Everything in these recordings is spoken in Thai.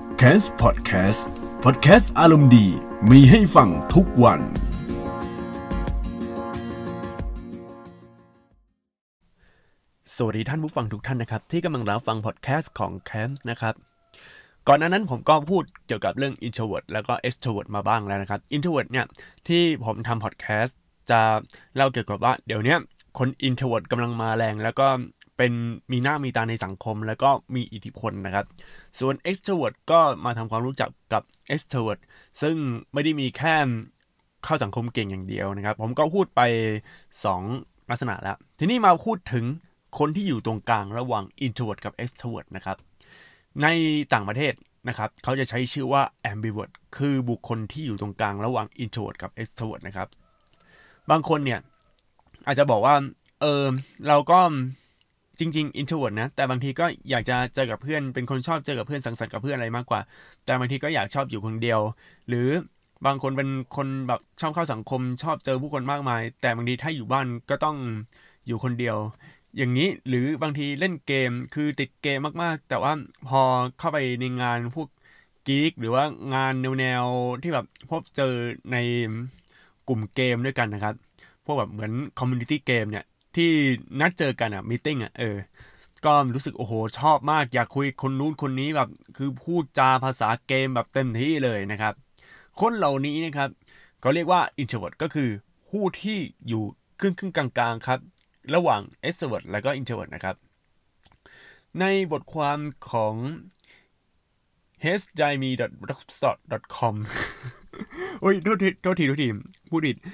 Cast Podcast Podcast อารมณ์ดีมีให้ฟังทุกวันสวัสดีท่านผู้ฟังทุกท่านนะครับที่กำลังรับฟังพอดแคสต์ของ Cast นะครับก่อนหน้านั้นผมก็พูดเกี่ยวกับเรื่อง introvert แล้วก็ extrovert มาบ้างแล้วนะครับ introvert เนี่ยที่ผมทำพอดแคสต์จะเล่าเกี่ยวกับว่าเดี๋ยวนี้คน introvert กำลังมาแรงแล้วก็เป็นมีหน้ามีตาในสังคมแล้วก็มีอิทธิพลนะครับส่วน extrovert ก็มาทำความรู้จักกับ extrovert ซึ่งไม่ได้มีแค่เข้าสังคมเก่งอย่างเดียวนะครับผมก็พูดไป2ลักษณะแล้วทีนี้มาพูดถึงคนที่อยู่ตรงกลางระหว่าง introvert กับ extrovert นะครับในต่างประเทศนะครับเขาจะใช้ชื่อว่า ambivert คือบุคคลที่อยู่ตรงกลางระหว่าง introvert กับ extrovert นะครับบางคนเนี่ยอาจจะบอกว่าเราก็จริงๆ introvert นะแต่บางทีก็อยากจะเจอกับเพื่อนเป็นคนชอบเจอกับเพื่อนสังสรรค์กับเพื่อนอะไรมากกว่าแต่บางทีก็อยากชอบอยู่คนเดียวหรือบางคนเป็นคนแบบชอบเข้าสังคมชอบเจอผู้คนมากมายแต่บางทีถ้าอยู่บ้านก็ต้องอยู่คนเดียวอย่างนี้หรือบางทีเล่นเกมคือติดเกมมากๆแต่ว่าพอเข้าไปในงานพวกกี๊กหรือว่างานแนวที่แบบพบเจอในกลุ่มเกมด้วยกันนะครับพวกแบบเหมือนคอมมูนิตี้เกมเนี่ยที่นัดเจอกันอ่ะมีตติ้งอ่ะก็รู้สึกโอ้โหชอบมากอยากคุยคนนู้นคนนี้แบบคือพูดจาภาษาเกมแบบเต็มที่เลยนะครับคนเหล่านี้นะครับเขาเรียกว่า introvert ก็คือผู้ที่อยู่ครึ่งกลางๆครับระหว่าง extrovert และก็ introvert นะครับในบทความของ hdaimi.blogspot.com โอ้ยโทษทีพูดผิด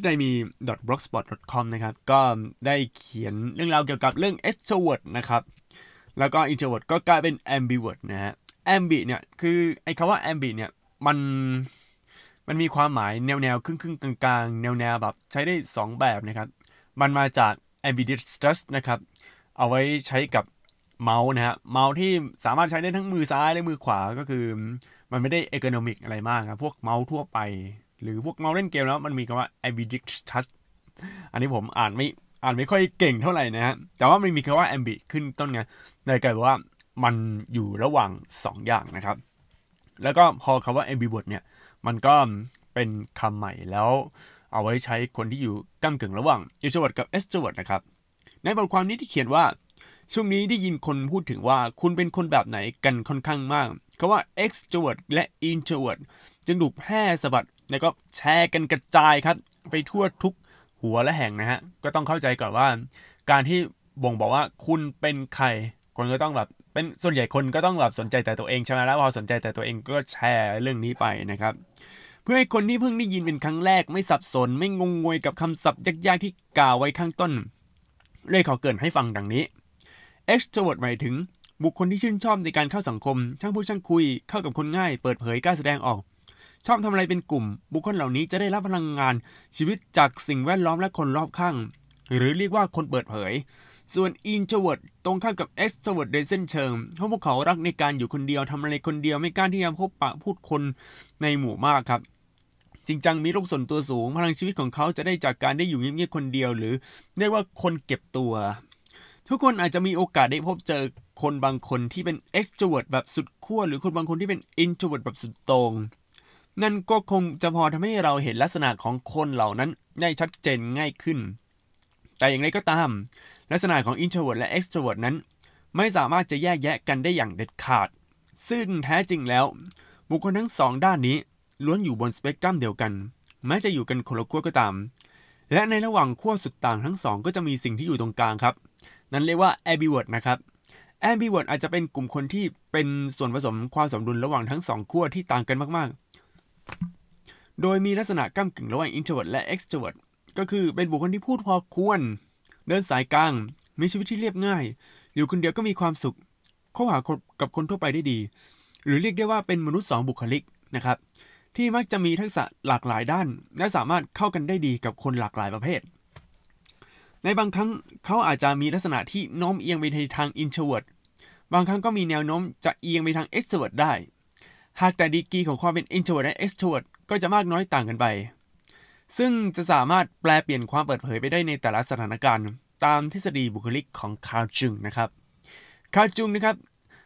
hdaimi.blogspot.com นะครับก็ได้เขียนเรื่องราวเกี่ยวกับเรื่อง extrovert นะครับแล้วก็ introvert ก็กลายเป็น ambivert นะฮะ ambi เนี่ยคือไอ้คำว่า ambi เนี่ยมันมีความหมายแนวครึ่งกลางๆแนวแบบใช้ได้2แบบนะครับมันมาจาก ambidextrous นะครับเอาไว้ใช้กับเมาส์นะฮะเมาส์ที่สามารถใช้ได้ทั้งมือซ้ายและมือขวาก็คือมันไม่ได้ ergonomic อะไรมากครับพวกเมาส์ทั่วไปหรือพวกเมาส์เล่นเกมแล้วมันมีคำว่า ambidextrous อันนี้ผมอ่านไม่ค่อยเก่งเท่าไหร่นะฮะแต่ว่ามันมีคำว่า ambi ขึ้นต้นไงเลยกลายเป็นว่ามันอยู่ระหว่าง2อย่างนะครับแล้วก็พอคำว่า ambivert เนี่ยมันก็เป็นคำใหม่แล้วเอาไว้ใช้คนที่อยู่ก้ำกึ่งระหว่าง introvert กับ extrovert นะครับในบทความนี้ที่เขียนว่าช่วงนี้ได้ยินคนพูดถึงว่าคุณเป็นคนแบบไหนกันค่อนข้างมากคำว่า extrovert และ introvert จึงถูกแพร่สะบัดแล้วก็แชร์กันกระจายครับไปทั่วทุกหัวและแห่งนะฮะก็ต้องเข้าใจก่อนว่าการที่บ่งบอกว่าคุณเป็นใครคนก็ต้องแบบเป็นส่วนใหญ่คนก็ต้องแบบสนใจแต่ตัวเองใช่ไหมแล้วพอสนใจแต่ตัวเองก็แชร์เรื่องนี้ไปนะครับเพื่อให้คนที่เพิ่งได้ยินเป็นครั้งแรกไม่สับสนไม่งงงวยกับคำศัพท์ยากๆที่กล่าวไว้ข้างต้นเลยขอเกริ่นให้ฟังดังนี้ extrovert หมายถึงบุคคลที่ชื่นชอบในการเข้าสังคมช่างพูดช่างคุยเข้ากับคนง่ายเปิดเผยกล้าแสดงออกชอบทำอะไรเป็นกลุ่มบุคคลเหล่านี้จะได้รับพลังงานชีวิตจากสิ่งแวดล้อมและคนรอบข้างหรือเรียกว่าคนเปิดเผยส่วน introvert ตรงข้ามกับ extrovert โดยเส้นเชิงเพราะพวกเขารักในการอยู่คนเดียวทำอะไรคนเดียวไม่กล้าที่จะพบปะพูดคนในหมู่มากครับจริงจังมีโรคส่วนตัวสูงพลังชีวิตของเขาจะได้จากการได้อยู่เงียบๆคนเดียวหรือเรียกว่าคนเก็บตัวทุกคนอาจจะมีโอกาสได้พบเจอคนบางคนที่เป็น extrovert แบบสุดขั้วหรือคนบางคนที่เป็น introvert แบบสุดโต่งนั่นก็คงจะพอทำให้เราเห็นลักษณะของคนเหล่านั้นได้ชัดเจนง่ายขึ้นแต่อย่างไรก็ตามลักษณะของ introvert และ extrovert นั้นไม่สามารถจะแยกแยะกันได้อย่างเด็ดขาดซึ่งแท้จริงแล้วบุคคลทั้ง2ด้านนี้ล้วนอยู่บนสเปกตรัมเดียวกันแม้จะอยู่กันคนละขั้วก็ตามและในระหว่างขั้วสุดต่างทั้ง2ก็จะมีสิ่งที่อยู่ตรงกลางครับนั่นเรียกว่า ambivert นะครับ ambivert อาจจะเป็นกลุ่มคนที่เป็นส่วนผสมความสมดุลระหว่างทั้ง2ขั้วที่ต่างกันมากๆโดยมีลักษณะก้ำกึ่งระหว่าง introvert และ extrovert ก็คือเป็นบุคคลที่พูดพอควรเดินสายกลางมีชีวิตที่เรียบง่ายอยู่คนเดียวก็มีความสุขเข้าหากับคนทั่วไปได้ดีหรือเรียกได้ว่าเป็นมนุษย์2บุคลิกนะครับที่มักจะมีทักษะหลากหลายด้านและสามารถเข้ากันได้ดีกับคนหลากหลายประเภทในบางครั้งเขาอาจจะมีลักษณะที่โน้มเอียงไปในทาง introvert บางครั้งก็มีแนวโน้มจะเอียงไปทาง extrovert ได้หากแต่ดีกรีของความเป็น introvert และ extrovert ก็จะมากน้อยต่างกันไปซึ่งจะสามารถแปลเปลี่ยนความเปิดเผยไปได้ในแต่ละสถานการณ์ตามทฤษฎีบุคลิกของคาร์ลจุงนะครับคาร์ลจุงนะครับ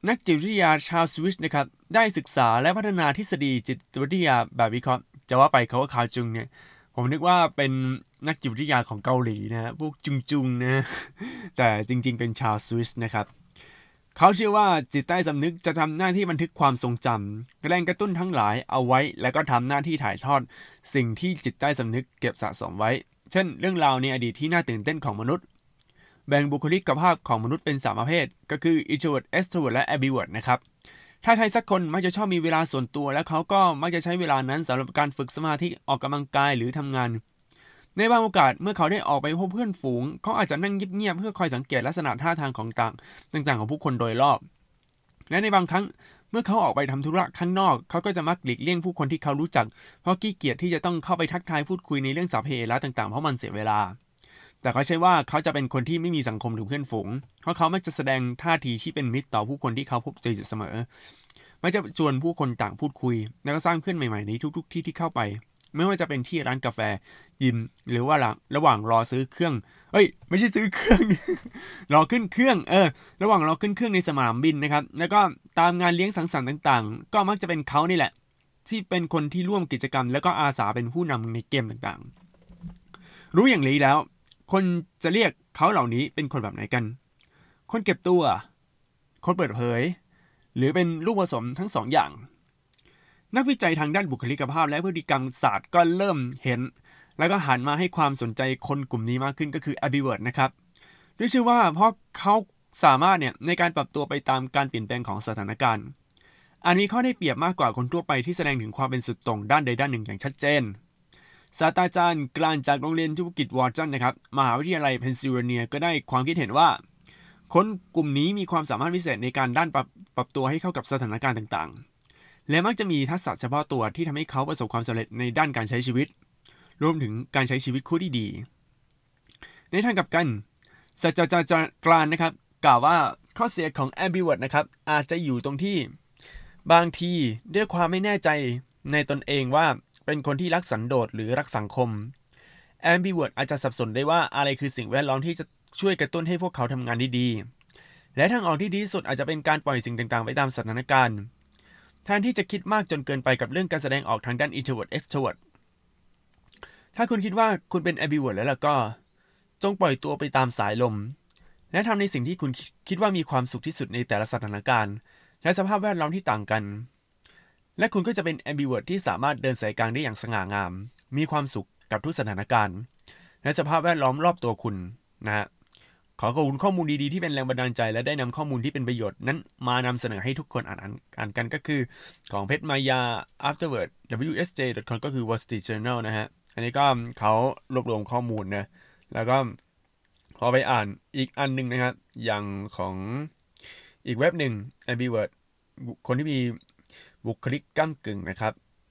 นักจิตวิทยาชาวสวิสนะครับได้ศึกษาและพัฒนาทฤษฎีจิตวิทยาแบบวิเคราะห์จะว่าไปเขาว่าคาวจุงเนี่ยผมนึกว่าเป็นนักจิตวิทยาของเกาหลีนะฮะพวกจุงนะแต่จริงๆเป็นชาวสวิสนะครับเขาเชื่อว่าจิตใต้สำนึกจะทำหน้าที่บันทึกความทรงจำแรงกระตุ้นทั้งหลายเอาไว้แล้วก็ทำหน้าที่ถ่ายทอดสิ่งที่จิตใต้สำนึกเก็บสะสมไว้เช่นเรื่องราวในอดีตที่น่าตื่นเต้นของมนุษย์แบ่งบุคลิกภาพของมนุษย์เป็น3ประเภทก็คือ introvert extrovert และ ambivert นะครับถ้าใครสักคนมักจะชอบมีเวลาส่วนตัวและเขาก็มักจะใช้เวลานั้นสำหรับการฝึกสมาธิออกกำลังกายหรือทำงานในบางโอกาสเมื่อเขาได้ออกไปพบเพื่อนฝูงเขาอาจจะนั่งเงียบๆเพื่อคอยสังเกตลักษณะท่าทางของต่างๆของผู้คนโดยรอบและในบางครั้งเมื่อเขาออกไปทำธุระข้างนอกเขาก็จะมักหลีกเลี่ยงผู้คนที่เขารู้จักเพราะขี้เกียจที่จะต้องเข้าไปทักทายพูดคุยในเรื่องสาเพเหระต่างๆเพราะมันเสียเวลาแต่เขาใช่ว่าเขาจะเป็นคนที่ไม่มีสังคมหรือเพื่อนฝูงเพราะเขามักจะแสดงท่าทีที่เป็นมิตรต่อผู้คนที่เขาพบเจออยู่เสมอมักจะชวนผู้คนต่างพูดคุยแล้วก็สร้างเพื่อนใหม่ๆในทุกๆที่ที่เข้าไปไม่ว่าจะเป็นที่ร้านกาแฟยิมหรือว่าระหว่างรอซื้อเครื่องไม่ใช่ซื้อเครื่อง รอขึ้นเครื่องระหว่างรอขึ้นเครื่องในสนามบินนะครับแล้วก็ตามงานเลี้ยงสังสรรค์ต่างๆก็มักจะเป็นเขานี่แหละที่เป็นคนที่ร่วมกิจกรรมแล้วก็อาสาเป็นผู้นำในเกมต่างๆรู้อย่างนี้แล้วคนจะเรียกเขาเหล่านี้เป็นคนแบบไหนกันคนเก็บตัวคนเปิดเผยหรือเป็นลูกผสมทั้งสองอย่างนักวิจัยทางด้านบุคลิกภาพและพฤติกรรมศาสตร์ก็เริ่มเห็นแล้วก็หันมาให้ความสนใจคนกลุ่มนี้มากขึ้นก็คือ ambivert นะครับด้วยชื่อว่าเพราะเขาสามารถในการปรับตัวไปตามการเปลี่ยนแปลงของสถานการณ์อันนี้ข้อได้เปรียบมากกว่าคนทั่วไปที่แสดงถึงความเป็นสุดโต่งด้านใดด้านหนึ่งอย่างชัดเจนศาสตราจารย์กลานจากโรงเรียนธุรกิจวอร์จันนะครับมหาวิทยาลัยเพนซิลเวเนียก็ได้ความคิดเห็นว่าคนกลุ่มนี้มีความสามารถพิเศษในการด้านปรับตัวให้เข้ากับสถานการณ์ต่างๆและมักจะมีทักษะเฉพาะตัวที่ทำให้เขาประสบความสำเร็จในด้านการใช้ชีวิตรวมถึงการใช้ชีวิตคู่ที่ดีในทางกลับกันศาสตราจารย์กลานนะครับกล่าวว่าข้อเสียของ ambivert นะครับอาจจะอยู่ตรงที่บางทีด้วยความไม่แน่ใจในตนเองว่าเป็นคนที่รักสันโดษหรือรักสังคม ambivert อาจจะสับสนได้ว่าอะไรคือสิ่งแวดล้อมที่จะช่วยกระตุ้นให้พวกเขาทำงานได้ดีและทางออกที่ดีที่สุดอาจจะเป็นการปล่อยสิ่งต่างๆไปตามสถานการณ์แทนที่จะคิดมากจนเกินไปกับเรื่องการแสดงออกทางด้าน introvert extrovert ถ้าคุณคิดว่าคุณเป็น ambivert แล้วก็จงปล่อยตัวไปตามสายลมและทำในสิ่งที่คุณคิดว่ามีความสุขที่สุดในแต่ละสถานการณ์และสภาพแวดล้อมที่ต่างกันและคุณก็จะเป็น ambivert ที่สามารถเดินสายกลางได้อย่างสง่างามมีความสุขกับทุกสถานการณ์และสภาพแวดล้อมรอบตัวคุณนะฮะขอขอบคุณข้อมูลดีๆที่เป็นแรงบันดาลใจและได้นำข้อมูลที่เป็นประโยชน์นั้นมานำเสนอให้ทุกคนอ่านกันก็คือของเพชรมายา afterword wsj.com ก็คือ Wall Street Journal นะฮะอันนี้ก็เขารวบรวมข้อมูลนะแล้วก็พอไปอ่านอีกอันนึงนะครับอย่างของอีกเว็บหนึ่ง ambivert คนที่มีบุคลิกก้ำกึ่งนะครับ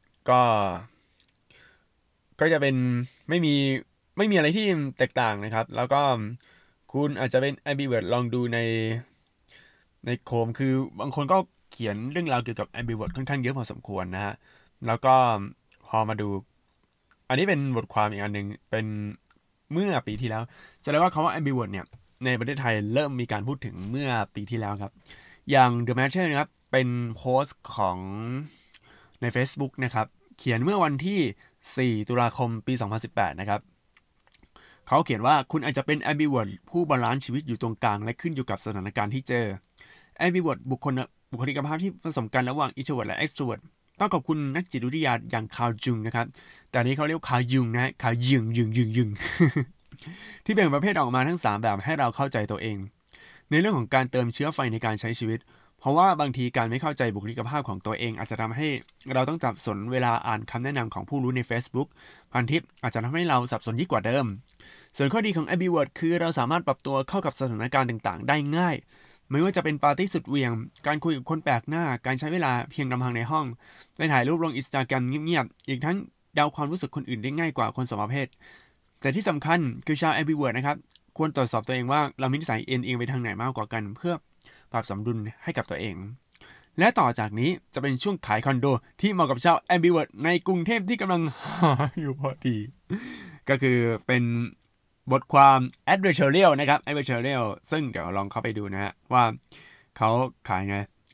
ก็จะเป็นไม่มีอะไรที่แตกต่างนะครับแล้วก็คุณอาจจะเป็น ambivert ลองดูในโคมคือบางคนก็เขียนเรื่องราวเกี่ยวกับ ambivert ค่อนข้างเยอะพอสมควรนะฮะแล้วก็พอมาดูอันนี้เป็นบทความอีกอันนึงเป็นเมื่อปีที่แล้วแสดงว่าคำว่า ambivert เนี่ยในประเทศไทยเริ่มมีการพูดถึงเมื่อปีที่แล้วครับอย่าง The Matter นะครับเป็นโพสต์ของใน Facebook นะครับเขียนเมื่อวันที่4ตุลาคมปี2018นะครับเขาเขียนว่าคุณอาจจะเป็น ambivert ผู้บาลานซ์ชีวิตอยู่ตรงกลางและขึ้นอยู่กับสถานการณ์ที่เจอ ambivert บุคลิกภาพที่ผสมกันระหว่าง introvert และ extrovert ต้องขอบคุณนักจิตวิทยาอย่างคาร์ลจุงนะครับแต่นี้เขาเรียกคาร์ลยุงนะคาร์ลยึง ที่แบ่งประเภทออกมาทั้ง3แบบให้เราเข้าใจตัวเองในเรื่องของการเติมเชื้อไฟในการใช้ชีวิตเพราะว่าบางทีการไม่เข้าใจบุคลิกภาพของตัวเองอาจจะทำให้เราต้องสับสนเวลาอ่านคำแนะนำของผู้รู้ใน Facebook พันทิปอาจจะทำให้เราสับสนยิ่งกว่าเดิมส่วนข้อดีของ ambivert คือเราสามารถปรับตัวเข้ากับสถานการณ์ต่างๆได้ง่ายไม่ว่าจะเป็นปาร์ตี้สุดเหวี่ยงการคุยกับคนแปลกหน้าการใช้เวลาเพียงลำพังในห้องไปถ่ายรูปลง Instagram เงียบๆอีกทั้งเดาความรู้สึกคนอื่นได้ง่ายกว่าคนสองประเภทแต่ที่สำคัญคือชาว ambivert นะครับควรตรวจสอบตัวเองว่าเรามีนิสัยเอ็นเอียงไปทางไหนมากกว่ากันเพื่อปรับสมดุลให้กับตัวเองและต่อจากนี้จะเป็นช่วงขายคอนโดที่เหมาะกับชาว ambivert ในกรุงเทพที่กำลังหาอยู่พอดีก็คือเป็นบทความ advertorial นะครับ advertorial ซึ่งเดี๋ยวลองเข้าไปดูนะฮะว่าเขาขายไง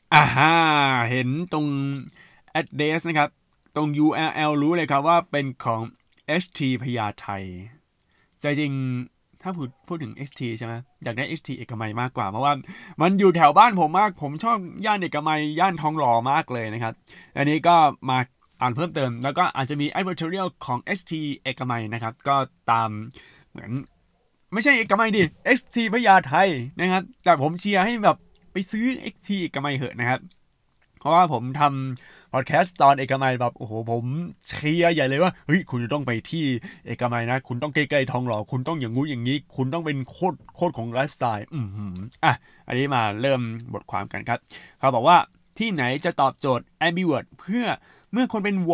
เห็นตรง address นะครับตรง URL รู้เลยครับว่าเป็นของ HT พญาไทใจจริงถ้าพูดถึง HT ใช่ไหมอยากได้ HT เอกมัยมากกว่าเพราะว่ามันอยู่แถวบ้านผมมากผมชอบย่านเอกมัยย่านทองหล่อมากเลยนะครับอันนี้ก็มาอ่านเพิ่มเติมแล้วก็อาจจะมี advertorial ของ HT เอกมัยนะครับก็ตามเหมือนไม่ใช่เอกมัยดิ HT พญาไทนะครับแต่ผมเชียร์ให้แบบไปซื้อ HT เอกมัยเหอะนะครับเพราะว่าผมทำพอดแคสต์ตอนเอกมัยแบบโอ้โหผมเชียร์ใหญ่เลยว่าเฮ้ยคุณจะต้องไปที่เอกมัยนะคุณต้องใกล้ๆทองหล่อคุณต้องอย่างงู้อย่างนี้คุณต้องเป็นโคตรของไลฟ์สไตล์อันนี้มาเริ่มบทความกันครับเขาบอกว่าที่ไหนจะตอบโจทย์ ambivert เพื่อเมื่อคนเป็นหว่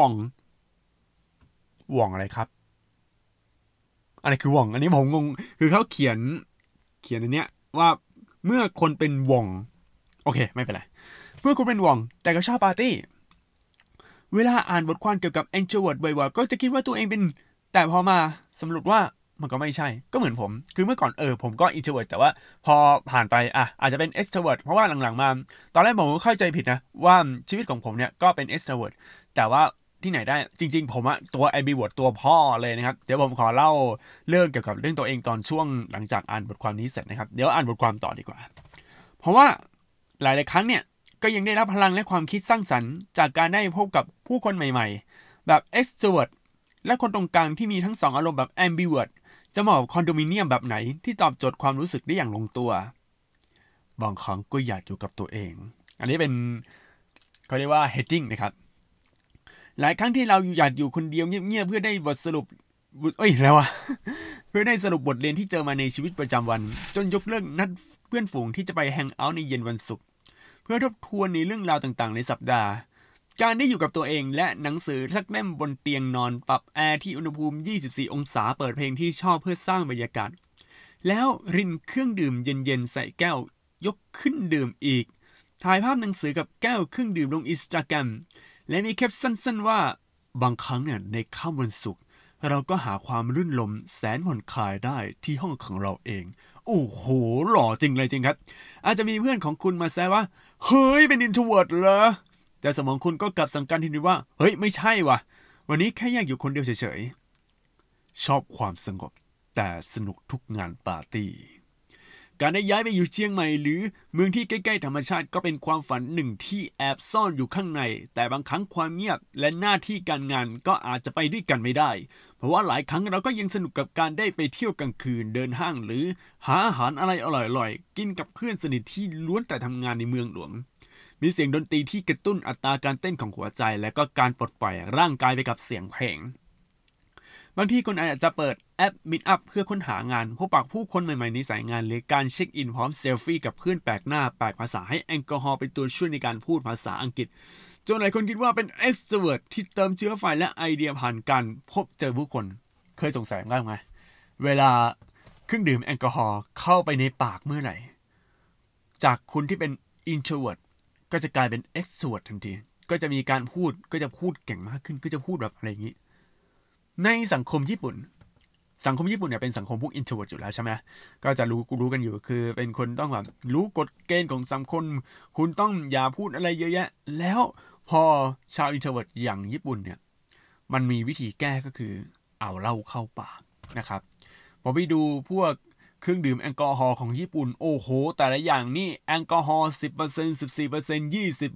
องอะไรครับอะไรคือหว่องอันนี้ผมงงคือเขาเขียนอันเนี้ยว่าเมื่อคนเป็นหว่องโอเคไม่เป็นไรเมื่อคุณเป็นหว่องแต่ก็ชอบปาร์ตี้เวลาอ่านบทความเกี่ยวกับ introvert บ่อยๆก็จะคิดว่าตัวเองเป็นแต่พอมาสำรวจว่ามันก็ไม่ใช่ก็เหมือนผมคือเมื่อก่อนผมก็ introvert แต่ว่าพอผ่านไปอาจจะเป็น extrovert เพราะว่าหลังๆมาตอนแรกผมก็เข้าใจผิดนะว่าชีวิตของผมเนี่ยก็เป็น extrovert แต่ว่าที่ไหนได้จริงๆผมตัว ambivert ตัวพ่อเลยนะครับเดี๋ยวผมขอเล่าเรื่องเกี่ยวกับเรื่องตัวเองตอนช่วงหลังจากอ่านบทความนี้เสร็จนะครับเดี๋ยวอ่านบทความต่อดีกว่าเพราะว่าหลายๆครั้งเนี่ยก็ยังได้รับพลังและความคิดสร้างสรรค์จากการได้พบกับผู้คนใหม่ๆแบบ extrovert และคนตรงกลางที่มีทั้งสองอารมณ์แบบ ambivert จะเหมาะกับคอนโดมิเนียมแบบไหนที่ตอบโจทย์ความรู้สึกได้อย่างลงตัวบางครั้งก็อยากอยู่กับตัวเองอันนี้เป็นเขาเรียกว่า heading นะครับหลายครั้งที่เราอยากอยู่คนเดียวเงียบๆเพื่อได้บทสรุปแล้วอะ เพื่อได้สรุปบทเรียนที่เจอมาในชีวิตประจำวันจนยกเลิกนัดเพื่อนฝูงที่จะไปแฮงเอาท์ในเย็นวันศุกร์เพื่อทบทวนในเรื่องราวต่างๆในสัปดาห์การได้อยู่กับตัวเองและหนังสือสักเล่มบนเตียงนอนปรับแอร์ที่อุณหภูมิ24องศาเปิดเพลงที่ชอบเพื่อสร้างบรรยากาศแล้วรินเครื่องดื่มเย็นๆใส่แก้วยกขึ้นดื่มอีกถ่ายภาพหนังสือกับแก้วเครื่องดื่มลง Instagram และมีแคปชั่นสั้นๆว่าบางครั้งเนี่ยในค่ำวันศุกร์เราก็หาความรื่นรมแสนผ่อนคลายได้ที่ห้องของเราเองโอ้โหหล่อจริงเลยจริงครับอาจจะมีเพื่อนของคุณมาแซวว่าเฮ้ยเป็น introvert เหรอแต่สมองคุณก็กลับสั่งการทันทีว่าเฮ้ยไม่ใช่ว่ะวันนี้แค่อยากอยู่คนเดียวเฉยๆชอบความสงบแต่สนุกทุกงานปาร์ตี้การได้ย้ายไปอยู่เชียงใหม่หรือเมืองที่ใกล้ๆธรรมชาติก็เป็นความฝันหนึ่งที่แอบซ่อนอยู่ข้างในแต่บางครั้งความเงียบและหน้าที่การงานก็อาจจะไปด้วยกันไม่ได้เพราะว่าหลายครั้งเราก็ยังสนุกกับการได้ไปเที่ยวกลางคืนเดินห้างหรือหาอาหารอะไรอร่อยๆกินกับเพื่อนสนิทที่ล้วนแต่ทำงานในเมืองหลวงมีเสียงดนตรีที่กระตุ้นอัตราการเต้นของหัวใจและก็การปลดปล่อยร่างกายไปกับเสียงเพลงบางทีคุณอาจจะเปิดแอป Meetup เพื่อค้นหางานพบปะผู้คนใหม่ๆในสายงานหรือการเช็คอินพร้อมเซลฟี่กับเพื่อนแปลกหน้าแปลกภาษาให้แอลกอฮอล์เป็นตัวช่วยในการพูดภาษาอังกฤษจนหลายคนคิดว่าเป็น extrovert ที่เติมเชื้อไฟและไอเดียผ่านการพบเจอผู้คนเคยสงสัยบ้างไหมเวลาเครื่องดื่มแอลกอฮอล์เข้าไปในปากเมื่อไหร่จากคุณที่เป็น introvert ก็จะกลายเป็น extrovert ทันทีก็จะมีการพูดก็จะพูดเก่งมากขึ้นก็จะพูดแบบอะไรอย่างนี้ในสังคมญี่ปุ่นเนี่ยเป็นสังคมพวก introvert อยู่แล้วใช่ไหมก็จะรู้กันอยู่คือเป็นคนต้องแบบรู้กฎเกณฑ์ของสังคมคุณต้องอย่าพูดอะไรเยอะแยะแล้วพอชาว introvert อย่างญี่ปุ่นเนี่ยมันมีวิธีแก้ก็คือเอาเหล้าเข้าปากนะครับพอไปดูพวกเครื่องดื่มแอลกอฮอล์ของญี่ปุ่นโอ้โหแต่ละอย่างนี่แอลกอฮอล์ 10% 14%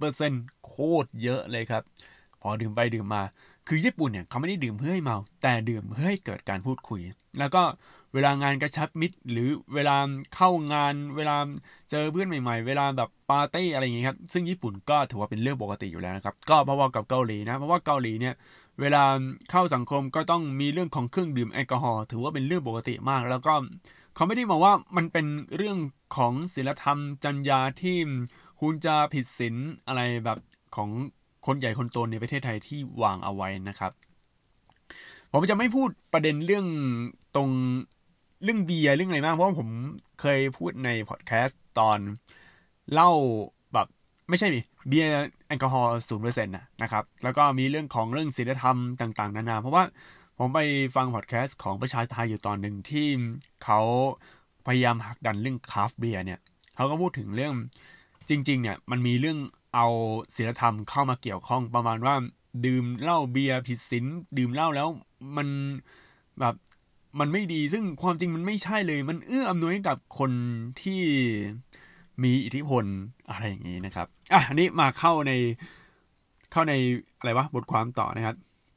20%โคตรเยอะเลยครับพอดื่มไปดื่มมาคือญี่ปุ่นเนี่ยเขาไม่ได้ดื่มเพื่อให้เมาแต่ดื่มเพื่อให้เกิดการพูดคุยแล้วก็เวลางานกระชับมิตรหรือเวลาเข้างานเวลาเจอเพื่อนใหม่ๆเวลาแบบปาร์ตี้อะไรอย่างเงี้ยครับซึ่งญี่ปุ่นก็ถือว่าเป็นเรื่องปกติอยู่แล้วนะครับก็เพราะว่ากับเกาหลีนะเพราะว่าเกาหลีเนี่ยเวลาเข้าสังคมก็ต้องมีเรื่องของเครื่องดื่มแอลกอฮอล์ถือว่าเป็นเรื่องปกติมากแล้วก็เขาไม่ได้มองว่ามันเป็นเรื่องของศีลธรรมจรรยาที่คุณจะผิดศีลอะไรแบบของคนใหญ่คนโตในประเทศไทยที่วางเอาไว้นะครับผมจะไม่พูดประเด็นเรื่องตรงเรื่องเบียร์เรื่องอะไรมากเพราะว่าผมเคยพูดในพอดแคสต์ตอนเล่าแบบไม่ใช่เบียร์แอลกอฮอล์0%นะครับแล้วก็มีเรื่องของเรื่องศีลธรรมต่างๆนานาเพราะว่าผมไปฟังพอดแคสต์ของประชาไทยอยู่ตอนหนึ่งที่เขาพยายามหักดันเรื่องคราฟต์เบียร์เนี่ยเขาก็พูดถึงเรื่องจริงๆเนี่ยมันมีเรื่องเอาศีลธรรมเข้ามาเกี่ยวข้องประมาณว่าดื่มเหล้าเบียร์ผิดศีลดื่มเหล้าแล้วมันแบบมันไม่ดีซึ่งความจริงมันไม่ใช่เลยมันเอื้ออำนวยให้กับคนที่มีอิทธิพลอะไรอย่างนี้นะครับอันนี้มาเข้าในอะไรวะบทความต่อนะครับ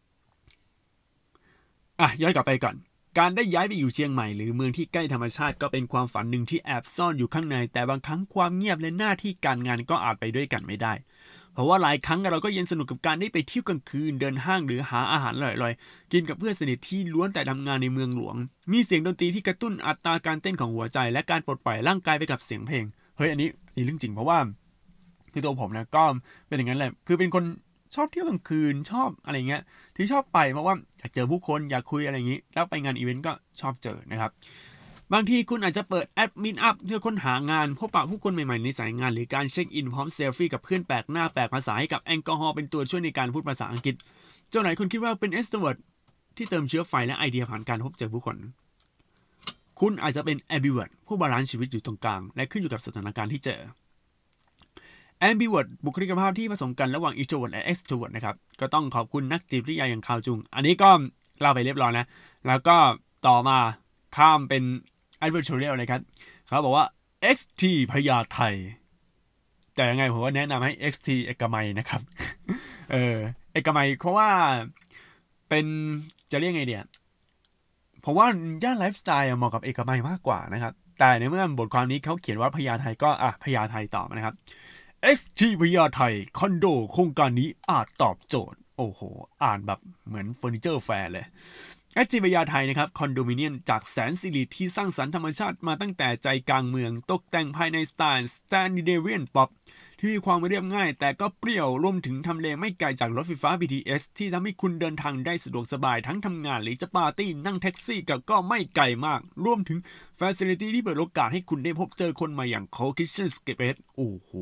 ย้อนกลับไปก่อนการได้ย้ายไปอยู่เชียงใหม่หรือเมืองที่ใกล้ธรรมชาติก็เป็นความฝันหนึ่งที่แอบซ่อนอยู่ข้างในแต่บางครั้งความเงียบและหน้าที่การงานก็อาจไปด้วยกันไม่ได้เพราะว่าหลายครั้งเราก็ยังสนุกกับการได้ไปเที่ยวกลางคืนเดินห้างหรือหาอาหารอร่อยๆกินกับเพื่อนสนิทที่ล้วนแต่ทำงานในเมืองหลวงมีเสียงดนตรีที่กระตุ้นอัตราการเต้นของหัวใจและการปลดปล่อยร่างกายไปกับเสียงเพลงเฮ้ยอันนี้เรื่องจริงเพราะว่าคือตัวผมนะก็เป็นอย่างนั้นแหละคือเป็นคนชอบเที่ยวกลางคืนชอบอะไรเงี้ยที่ชอบไปเพราะว่าอยากเจอผู้คนอยากคุยอะไรอย่างนี้แล้วไปงานอีเวนต์ก็ชอบเจอนะครับบางทีคุณอาจจะเปิดแอปมินอัพเพื่อค้นหางานพบปะผู้คนใหม่ๆในสายงานหรือการเช็คอินพร้อมเซลฟี่กับเพื่อนแปลกหน้าแปลกภาษาให้กับแอลกอฮอล์เป็นตัวช่วยในการพูดภาษาอังกฤษเจ้าไหนคุณคิดว่าเป็นเอ็กซ์โทรเวิร์ตที่เติมเชื้อไฟและไอเดียผ่านการพบเจอผู้คนคุณอาจจะเป็นแอมบิเวิร์ตผู้บาลานซ์ชีวิตอยู่ตรงกลางและขึ้นอยู่กับสถานการณ์ที่เจอAmbivert บุคลิกภาพที่ผสมกันระหว่าง introvert และ extrovert นะครับก็ต้องขอบคุณนักจิตวิทยาอย่างคาวจุงอันนี้ก็เล่าไปเรียบร้อยนะแล้วก็ต่อมาข้ามเป็น advertorial เลยครับเขาบอกว่า XT พญาไทแต่ยังไงผมว่าแนะนำให้ XT เอกมัยนะครับเอกมัยเพราะว่าเป็นจะเรียกไงเดียเพราะว่าย่านไลฟ์สไตล์เหมาะกับเอกมัยมากกว่านะครับแต่ในเมื่อบทความนี้เขาเขียนว่าพญาไทก็พญาไทต่อนะครับ XT พญาไทคอนโดโครงการนี้อาจตอบโจทย์โอ้โหอ่านแบบเหมือนเฟอร์นิเจอร์แฟร์เลย XT พญาไทนะครับคอนโดมิเนียมจากแสนสิริที่สร้างสรรค์ธรรมชาติมาตั้งแต่ใจกลางเมืองตกแต่งภายในสไตล์สแตนดิเนเวียนป๊อปที่มีความเรียบง่ายแต่ก็เปรี้ยวรวมถึงทำเลไม่ไกลจากรถไฟฟ้า BTS ที่ทำให้คุณเดินทางได้สะดวกสบายทั้งทำงานหรือจะปาร์ตี้นั่งแท็กซี่ก็ไม่ไกลมากรวมถึง Facility ที่เปิดโอกาสให้คุณได้พบเจอคนใหม่อย่าง Co-Kitchen Space โอ้โห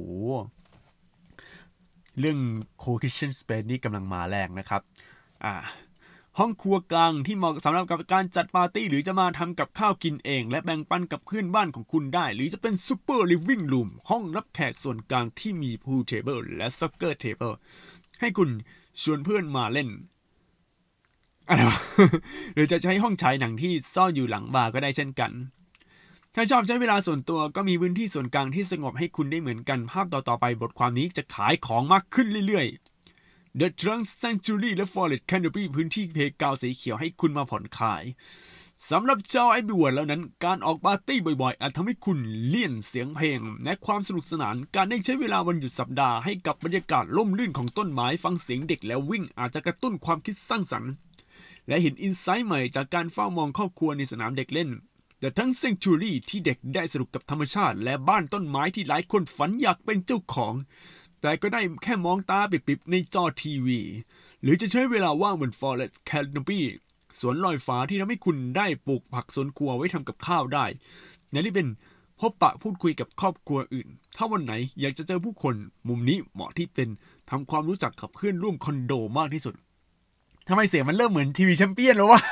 เรื่อง Co-Kitchen Space นี่กำลังมาแรงนะครับห้องครัวกลางที่เหมาะสำหรับกับการจัดปาร์ตี้หรือจะมาทำกับข้าวกินเองและแบ่งปันกับเพื่อนบ้านของคุณได้หรือจะเป็นซูเปอร์ลิฟวิ่งรูมห้องรับแขกส่วนกลางที่มีพูลเทเบิลและซ็อกเกอร์เทเบิลให้คุณชวนเพื่อนมาเล่นอะไรวะ หรือจะใช้ห้องฉายหนังที่ซ่อนอยู่หลังบาร์ก็ได้เช่นกันถ้าชอบใช้เวลาส่วนตัวก็มีพื้นที่ส่วนกลางที่สงบให้คุณได้เหมือนกันภาพต่อๆไปบทความนี้จะขายของมากขึ้นเรื่อยๆ The Trunk Sanctuary และ Forest Canopy พื้นที่เพลย์กราวด์สีเขียวให้คุณมาผ่อนคลายสำหรับชาวไอบิวแล้วนั้นการออกปาร์ตี้บ่อยๆอาจทำให้คุณเลี่ยนเสียงเพลงและความสนุกสนานการได้ใช้เวลาวันหยุดสัปดาห์ให้กับบรรยากาศร่มรื่นของต้นไม้ฟังเสียงเด็กแล้ววิ่งอาจจะกระตุ้นความคิดสร้างสรรค์และเห็นอินไซต์ใหม่จากการเฝ้ามองครอบครัวในสนามเด็กเล่นแต่ทั้ง Sanctuary ที่เด็กได้สนุกกับธรรมชาติและบ้านต้นไม้ที่หลายคนฝันอยากเป็นเจ้าของแต่ก็ได้แค่มองตาปิบๆในจอทีวีหรือจะใช้เวลาว่างบน Forest Canopy สวนลอยฟ้าที่ทำให้คุณได้ปลูกผักสวนครัวไว้ทำกับข้าวได้และนี่เป็นพบปะพูดคุยกับครอบครัวอื่นถ้าวันไหนอยากจะเจอผู้คนมุมนี้เหมาะที่เป็นทำความรู้จักกับเพื่อนร่วมคอนโดมากที่สุดทำไมเสียงมันเริ่มเหมือนทีวีแชมเปี้ยนแล้ววะ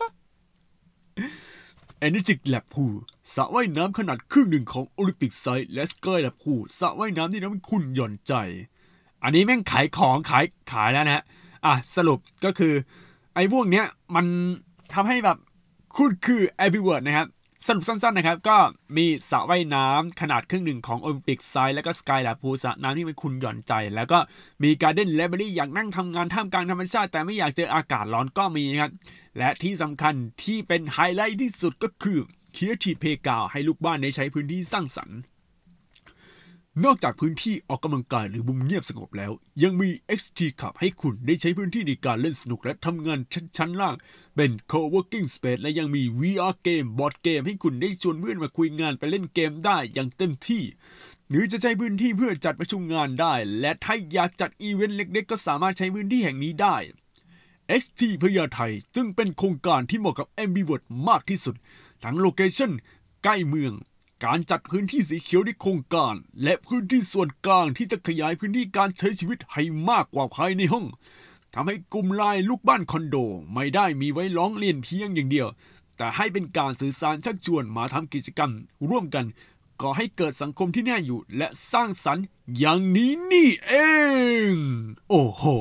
Energetic Lab Pool สระว่ายน้ำขนาดครึ่งหนึ่งของโอลิมปิกไซส์และ Sky Lab Pool สระว่ายน้ำที่ทำให้คุณหย่อนใจอันนี้แม่งขายของขายแล้วนะฮะสรุปก็คือไอ้พวกเนี้ยมันทำให้แบบคุณคือ Ambivert นะครับสรุปสั้นๆนะครับก็มีสระว่ายน้ำขนาดครึ่งหนึ่งของโอลิมปิกไซส์แล้วก็ Sky Lab Pool สระน้ำที่เป็นคุณหย่อนใจแล้วก็มี Garden Library อยากนั่งทำงานท่ามกลางธรรมชาติแต่ไม่อยากเจออากาศร้อนก็มีครับและที่สำคัญที่เป็นไฮไลท์ที่สุดก็คือ Creative Playground ให้ลูกบ้านได้ใช้พื้นที่สร้างสรรค์นอกจากพื้นที่ออกกำลังกายหรือมุมเงียบสงบแล้วยังมี XT Club ให้คุณได้ใช้พื้นที่ในการเล่นสนุกและทำงานชั้นล่างเป็น Co-working Space และยังมี VR เกมบอร์ดเกมให้คุณได้ชวนเพื่อนมาคุยงานไปเล่นเกมได้อย่างเต็มที่หรือจะใช้พื้นที่เพื่อจัดประชุมงานได้และถ้าอยากจัดอีเวนต์เล็กๆก็สามารถใช้พื้นที่แห่งนี้ได้ XT พญาไทจึงเป็นโครงการที่เหมาะกับ Ambivert มากที่สุดทั้งโลเคชั่นใกล้เมืองการจัดพื้นที่สีเขียวในโครงการและพื้นที่ส่วนกลางที่จะขยายพื้นที่การใช้ชีวิตให้มากกว่าภายในห้องทำให้กลุ่มไลน์ลูกบ้านคอนโดไม่ได้มีไว้ร้องเรียนเพียงอย่างเดียวแต่ให้เป็นการสื่อสารชักชวนมาทำกิจกรรมร่วมกันก่อให้เกิดสังคมที่น่าอยู่และสร้างสรรค์อย่างนี้นี่เองโอ้โห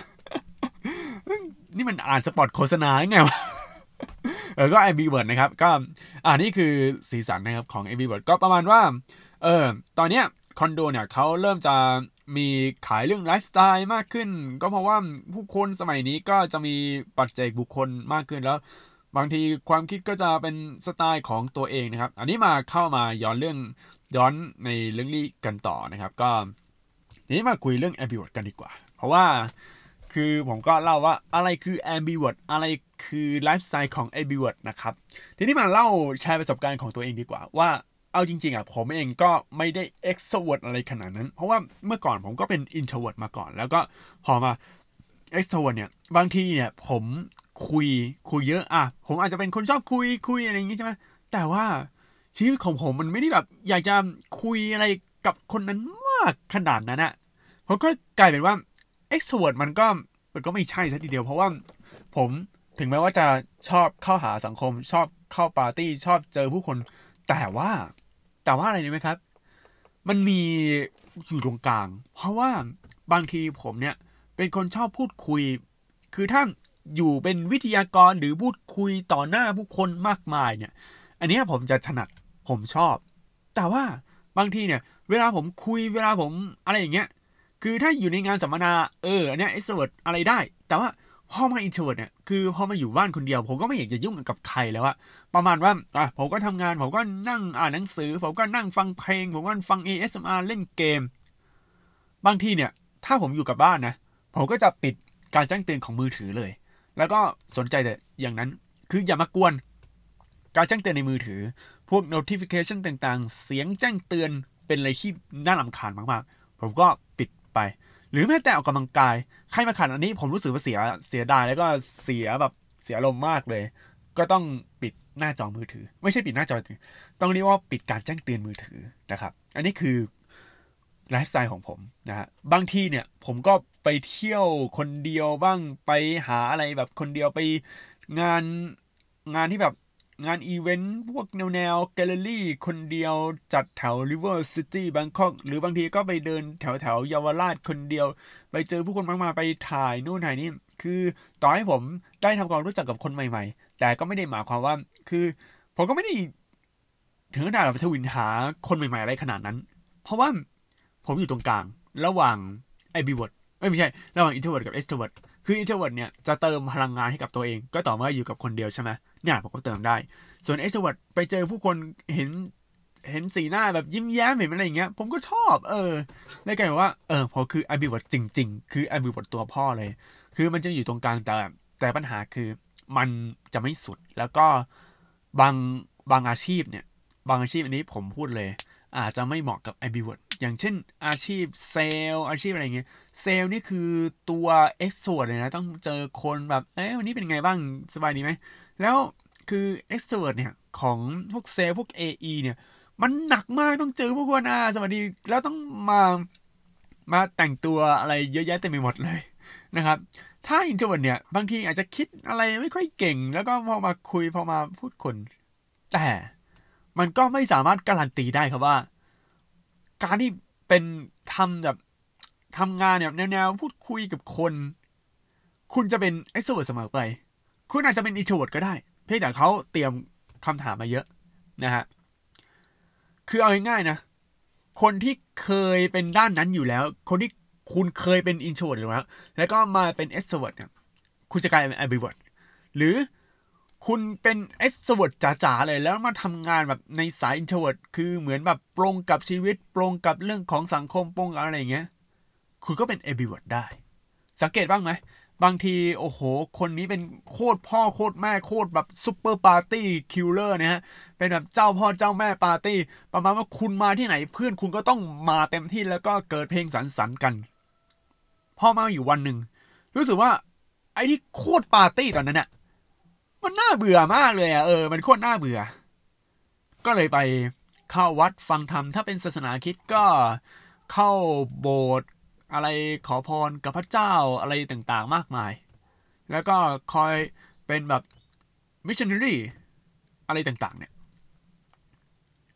นี่มันอ่านสปอตโฆษณาไงวะ ก็ Angry Birds นะครับก็นี่คือสีสันนะครับของ Angry Birds ก็ประมาณว่าตอนเนี้ยคอนโดเนี่ยเขาเริ่มจะมีขายเรื่องไลฟ์สไตล์มากขึ้นก็เพราะว่าผู้คนสมัยนี้ก็จะมีปัจเจกบุคคลมากขึ้นแล้วบางทีความคิดก็จะเป็นสไตล์ของตัวเองนะครับอันนี้มาเข้ามาย้อนในเรื่องนี้กันต่อนะครับก็ทีนี้มาคุยเรื่อง Angry Birds กันดีกว่าเพราะว่าคือผมก็เล่าว่าอะไรคือ Angry Birds อะไรคือไลฟ์สไตล์ของ Angry Birds นะครับทีนี้มาเล่าแชร์ประสบการณ์ของตัวเองดีกว่าว่าเอาจริงๆผมเองก็ไม่ได้ extrovert อะไรขนาดนั้นเพราะว่าเมื่อก่อนผมก็เป็น introvert มาก่อนแล้วก็พอมา extrovert เนี่ยบางทีเนี่ยผมคุยเยอะผมอาจจะเป็นคนชอบคุยอะไรอย่างงี้ใช่ไหมแต่ว่าชีวิตของผมมันไม่ได้แบบอยากจะคุยอะไรกับคนนั้นมากขนาดนั้นอะผมก็กลายเป็นว่า extrovert มันก็ไม่ใช่ซะทีเดียวเพราะว่าผมถึงแม้ว่าจะชอบเข้าหาสังคมชอบเข้าปาร์ตี้ชอบเจอผู้คนแต่ว่าอะไรรู้ไหมครับมันมีอยู่ตรงกลางเพราะว่าบางทีผมเนี่ยเป็นคนชอบพูดคุยคือถ้าอยู่เป็นวิทยากรหรือพูดคุยต่อหน้าผู้คนมากมายเนี่ยอันนี้ผมจะถนัดผมชอบแต่ว่าบางทีเนี่ยเวลาผมคุยเวลาผมอะไรอย่างเงี้ยคือถ้าอยู่ในงานสัมมนาอันเนี้ย extrovert อะไรได้แต่ว่าพอมา introvert เนี่ยคือพอมาอยู่บ้านคนเดียวผมก็ไม่อยากจะยุ่งกับใครแล้วอะประมาณว่าผมก็ทำงานผมก็นั่งอ่านหนังสือผมก็นั่งฟังเพลงผมก็ฟัง ASMR เล่นเกมบางทีเนี่ยถ้าผมอยู่กับบ้านนะผมก็จะปิดการแจ้งเตือนของมือถือเลยแล้วก็สนใจแต่อย่างนั้นคืออย่ามากวนการแจ้งเตือนในมือถือพวก notification ต่างๆเสียงแจ้งเตือนเป็นอะไรที่น่ารำคาญมากๆผมก็ปิดไปหรือแม้แต่ออกกำลังกายใครมาขัดอันนี้ผมรู้สึกว่าเสียดายแล้วก็เสียอารมณ์มากเลยก็ต้องปิดหน้าจอมือถือไม่ใช่ปิดหน้าจอมือถือต้องเรียกว่าปิดการแจ้งเตือนมือถือนะครับอันนี้คือไลฟ์สไตล์ของผมนะฮะบางทีเนี่ยผมก็ไปเที่ยวคนเดียวบ้างไปหาอะไรแบบคนเดียวไปงานที่แบบงานอีเวนต์พวกแนวแกลเลอรี่คนเดียวจัดแถว River City Bangkok หรือบางทีก็ไปเดินแถวเยาวราชคนเดียวไปเจอผู้คนมากมายไปถ่ายนู่นถ่ายนี่คือต่อให้ผมได้ทำความรู้จักกับคนใหม่ๆแต่ก็ไม่ได้หมายความว่าคือผมก็ไม่ได้ถึงขนาดแบบทวินหาคนใหม่ๆอะไรขนาดนั้นเพราะว่าผมอยู่ตรงกลางระหว่าง ambivert ไม่ใช่ระหว่าง introvert กับ extrovert คือ introvert เนี่ยจะเติมพลังงานให้กับตัวเองก็ต่อเมื่ออยู่กับคนเดียวใช่ไหมเนี่ยผมก็เติมได้ส่วน extrovert ไปเจอผู้คนเห็นสีหน้าแบบยิ้มแย้มเห็นอะไรอย่างเงี้ยผมก็ชอบเลยกลายเป็นว่าพอคือ ambivert จริงๆคือ ambivert ตัวพ่อเลยคือมันจะอยู่ตรงกลางแต่ปัญหาคือมันจะไม่สุดแล้วก็บางอาชีพเนี่ยบางอาชีพอันนี้ผมพูดเลยอาจจะไม่เหมาะกับ ambivert อย่างเช่นอาชีพเซลล์อาชีพอะไรเงี้ยเซลล์นี่คือตัว extrovert เลยนะต้องเจอคนแบบวันนี้เป็นไงบ้างสบายดีไหมแล้วคือ extrovert เนี่ยของพวกเซลล์พวก AE เนี่ยมันหนักมากต้องเจอพวกคนสวัสดีแล้วต้องมาแต่งตัวอะไรเยอะแยะเต็มไปหมดเลยนะครับถ้า introvert เนี่ยบางทีอาจจะคิดอะไรไม่ค่อยเก่งแล้วก็พอมาคุยพอมาพูดคนแต่มันก็ไม่สามารถการันตีได้ครับว่าการที่เป็นทำงานเนี่ยแนวพูดคุยกับคนคุณจะเป็น extrovert เสมอไปคุณอาจจะเป็น introvert ก็ได้เพียงแต่เขาเตรียมคำถามมาเยอะนะฮะคือเอาง่ายๆนะคนที่เคยเป็นด้านนั้นอยู่แล้วคนที่คุณเคยเป็น introvert อยู่แล้วก็มาเป็น extrovert เนี่ยคุณจะกลายเป็น ambivert หรือคุณเป็น extrovert จ๋าๆเลยแล้วมาทำงานแบบในสาย introvert คือเหมือนแบบปลงกับชีวิตปลงกับเรื่องของสังคมปลงอะไรอย่างเงี้ยคุณก็เป็น ambivert ได้สังเกตบ้างไหมบางทีโอ้โหคนนี้เป็นโคตรพ่อโคตรแม่โคตรแบบซุปเปอร์ปาร์ตี้คิลเลอร์นะฮะเป็นแบบเจ้าพ่อเจ้าแม่ปาร์ตี้ประมาณว่าคุณมาที่ไหนเพื่อนคุณก็ต้องมาเต็มที่แล้วก็เกิดเพลงสรรสรรค์กันพอมาอยู่วันหนึ่งรู้สึกว่าไอ้ที่โคตรปาร์ตี้ตอนนั้นน่ะมันน่าเบื่อมากเลยมันโคตรน่าเบื่อก็เลยไปเข้าวัดฟังธรรมถ้าเป็นศาสนาคริสต์ก็เข้าโบสถ์อะไรขอพรกับพระเจ้าอะไรต่างๆมากมายแล้วก็คอยเป็นแบบมิชชันนารีอะไรต่างๆเนี่ย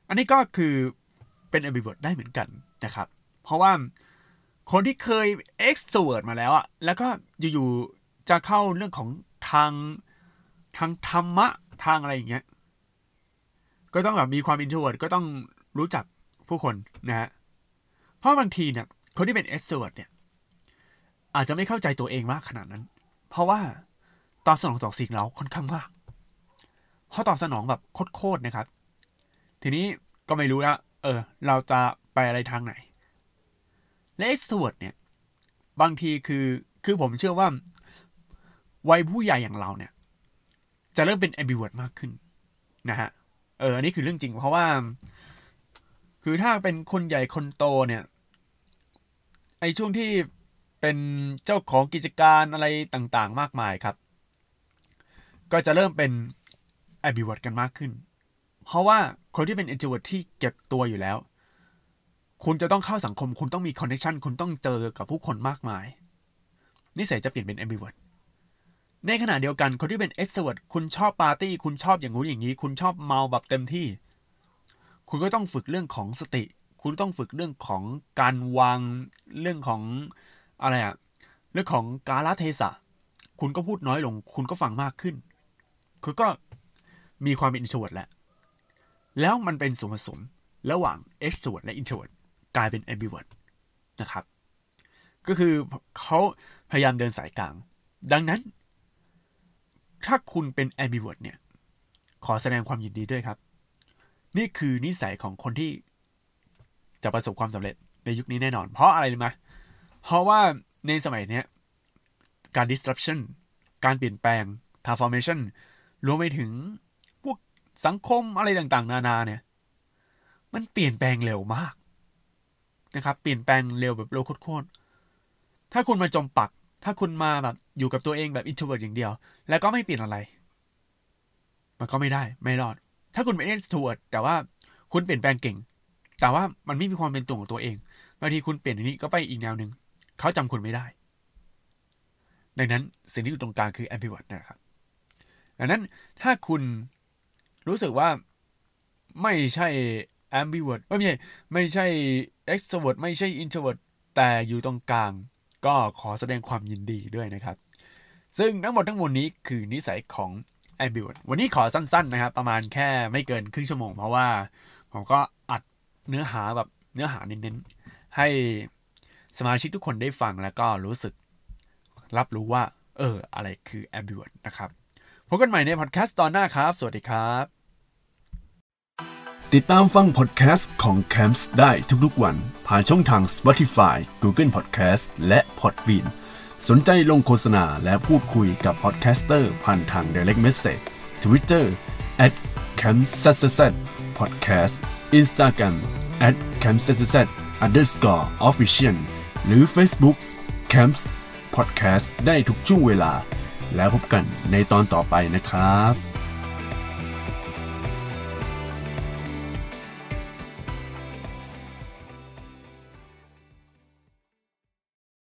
อันนี้ก็คือเป็น ambivert ได้เหมือนกันนะครับเพราะว่าคนที่เคย extrovert มาแล้วอะแล้วก็อยู่ๆจะเข้าเรื่องของทางธรรมะทางอะไรอย่างเงี้ยก็ต้องแบบมีความ introvert ก็ต้องรู้จักผู้คนนะฮะเพราะบางทีเนี่ยคนที่เป็น extrovert เนี่ยอาจจะไม่เข้าใจตัวเองมากขนาดนั้นเพราะว่าตอบสนองต่อสิ่งเราค่อนข้างมากเพราะตอบสนองแบบโคตรๆนะครับทีนี้ก็ไม่รู้แล้วเราจะไปอะไรทางไหนและ extrovert เนี่ยบางทีคือผมเชื่อว่าวัยผู้ใหญ่อย่างเราเนี่ยจะเริ่มเป็น ambivert มากขึ้นนะฮะอันนี้คือเรื่องจริงเพราะว่าคือถ้าเป็นคนใหญ่คนโตเนี่ยไอช่วงที่เป็นเจ้าของกิจการอะไรต่างๆมากมายครับก็จะเริ่มเป็น ambivert กันมากขึ้นเพราะว่าคนที่เป็น introvert ที่เก็บตัวอยู่แล้วคุณจะต้องเข้าสังคมคุณต้องมี connection คุณต้องเจอกับผู้คนมากมายนิสัยจะเปลี่ยนเป็น ambivert ในขณะเดียวกันคนที่เป็น extrovert คุณชอบปาร์ตี้คุณชอบอย่างงู้นอย่างนี้คุณชอบเมาแบบเต็มที่คุณก็ต้องฝึกเรื่องของสติคุณต้องฝึกเรื่องของการวางเรื่องของอะไรอะเรื่องของกาลเทศะคุณก็พูดน้อยลงคุณก็ฟังมากขึ้นคุณก็มีความเป็น introvert แล้วมันเป็นส่วนผสมระหว่าง extrovert และ introvert กลายเป็น ambivert นะครับก็คือเขาพยายามเดินสายกลางดังนั้นถ้าคุณเป็น ambivert เนี่ยขอแสดงความยินดีด้วยครับนี่คือนิสัยของคนที่จะประสบความสำเร็จในยุคนี้แน่นอนเพราะอะไรรู้ไหมเพราะว่าในสมัยนี้การ disruption การเปลี่ยนแปลง transformation รวมไปถึงพวกสังคมอะไรต่างๆนานาเนี่ยมันเปลี่ยนแปลงเร็วมากนะครับเปลี่ยนแปลงเร็วแบบเร็วโคตรๆถ้าคุณมาจมปักถ้าคุณมาแบบอยู่กับตัวเองแบบ introvert อย่างเดียวแล้วก็ไม่เปลี่ยนอะไรมันก็ไม่ได้ไม่รอดถ้าคุณเป็น extrovert แต่ว่าคุณเปลี่ยนแปลงเก่งแต่ว่ามันไม่มีความเป็นตัวของตัวเองบางทีคุณเปลี่ยนอย่างนี้ก็ไปอีกแนวหนึ่งเขาจำคุณไม่ได้ดังนั้นสิ่งที่อยู่ตรงกลางคือ ambivert นะครับดังนั้นถ้าคุณรู้สึกว่าไม่ใช่ ambivert ไม่ใช่ extrovert ไม่ใช่ introvert แต่อยู่ตรงกลางก็ขอแสดงความยินดีด้วยนะครับซึ่งทั้งหมดทั้งมวลนี้คือนิสัยของ ambivert วันนี้ขอสั้นๆนะครับประมาณแค่ไม่เกินครึ่งชั่วโมงเพราะว่าผมก็อัดเนื้อหาเน้นๆให้สมาชิกทุกคนได้ฟังแล้วก็รู้สึกรับรู้ว่าอะไรคือ ambivert นะครับพบกันใหม่ในพอดแคสต์ตอนหน้าครับสวัสดีครับติดตามฟังพอดแคสต์ของ Camps ได้ทุกๆวันผ่านช่องทาง Spotify, Google Podcast และ Podbean สนใจลงโฆษณาและพูดคุยกับพอดแคสเตอร์ผ่านทาง Direct Message Twitter @campszz podcast Instagram @campszz_official หรือ Facebook Camps Podcast ได้ทุกช่วงเวลาแล้วพบกันในตอนต่อไปนะครับ